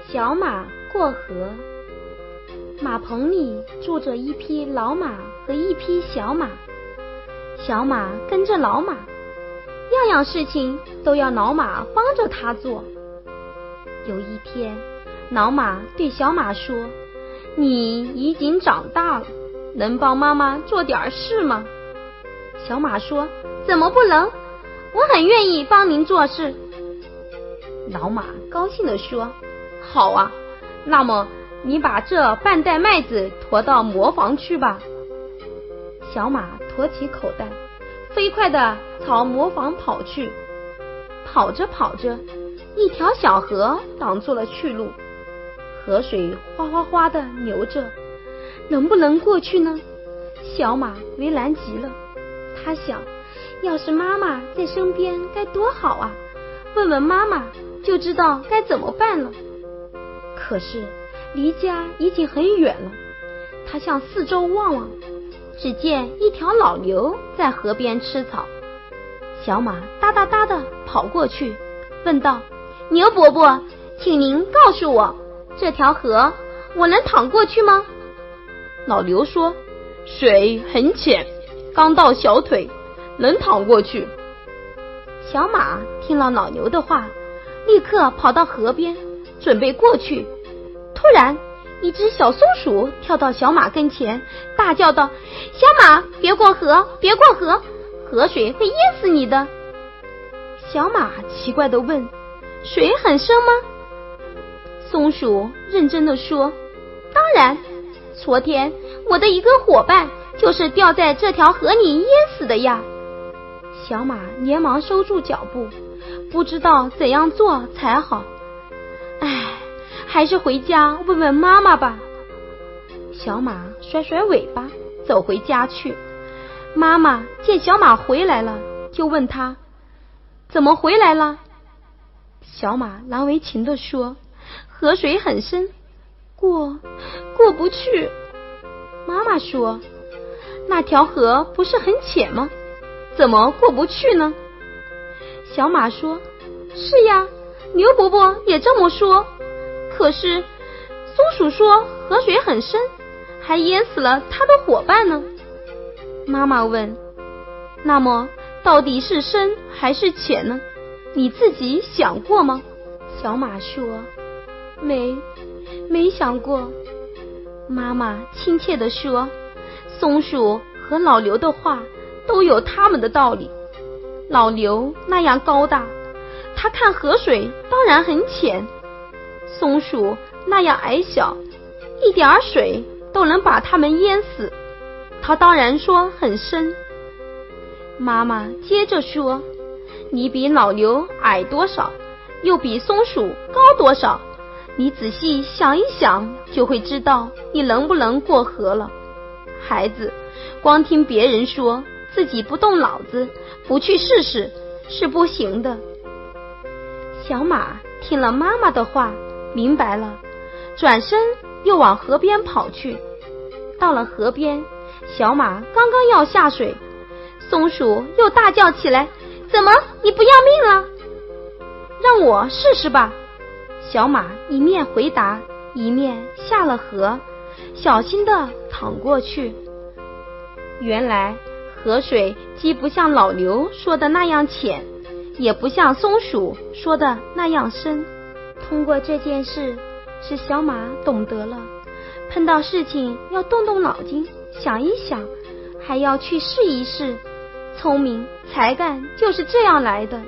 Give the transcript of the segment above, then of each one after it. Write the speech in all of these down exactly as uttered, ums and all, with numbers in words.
小马过河。马棚里住着一匹老马和一匹小马，小马跟着老马，样样事情都要老马帮着他做。有一天，老马对小马说：你已经长大了，能帮妈妈做点事吗？小马说：怎么不能？我很愿意帮您做事。老马高兴地说：好啊，那么你把这半袋麦子驮到磨坊去吧。小马驮起口袋，飞快地朝磨坊跑去。跑着跑着，一条小河挡住了去路，河水哗哗哗地流着，能不能过去呢？小马为难极了，他想，要是妈妈在身边该多好啊，问问妈妈就知道该怎么办了。可是离家已经很远了，他向四周望望，只见一条老牛在河边吃草。小马哒哒哒地跑过去，问道：牛伯伯，请您告诉我，这条河我能淌过去吗？ 老牛说：水很浅，刚到小腿，能淌过去。 小马听了老牛的话，立刻跑到河边，准备过去。突然，一只小松鼠跳到小马跟前，大叫道：小马，别过河，别过河，河水会淹死你的。小马奇怪地问：水很深吗？松鼠认真地说：当然，昨天我的一个伙伴就是掉在这条河里淹死的呀。小马连忙收住脚步，不知道怎样做才好。唉，还是回家问问妈妈吧。小马甩甩尾巴走回家去。妈妈见小马回来了，就问他：怎么回来了？小马难为情地说：河水很深，过过不去。妈妈说：那条河不是很浅吗？怎么过不去呢？小马说：是呀，牛伯伯也这么说，可是松鼠说河水很深，还淹死了他的伙伴呢。妈妈问：那么到底是深还是浅呢？你自己想过吗？小马说：没没想过。妈妈亲切地说：松鼠和老牛的话都有他们的道理。老牛那样高大，他看河水当然很浅；松鼠那样矮小，一点水都能把它们淹死，他当然说很深。妈妈接着说：你比老牛矮多少，又比松鼠高多少，你仔细想一想，就会知道你能不能过河了。孩子，光听别人说，自己不动脑子，不去试试，是不行的。小马听了妈妈的话，明白了，转身又往河边跑去。到了河边，小马刚刚要下水，松鼠又大叫起来：怎么，你不要命了？让我试试吧。小马一面回答，一面下了河，小心地淌过去。原来河水既不像老牛说的那样浅，也不像松鼠说的那样深。通过这件事，使小马懂得了碰到事情要动动脑筋，想一想，还要去试一试。聪明才干就是这样来的。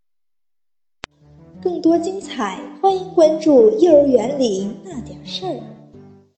更多精彩，欢迎关注幼儿园里那点事儿。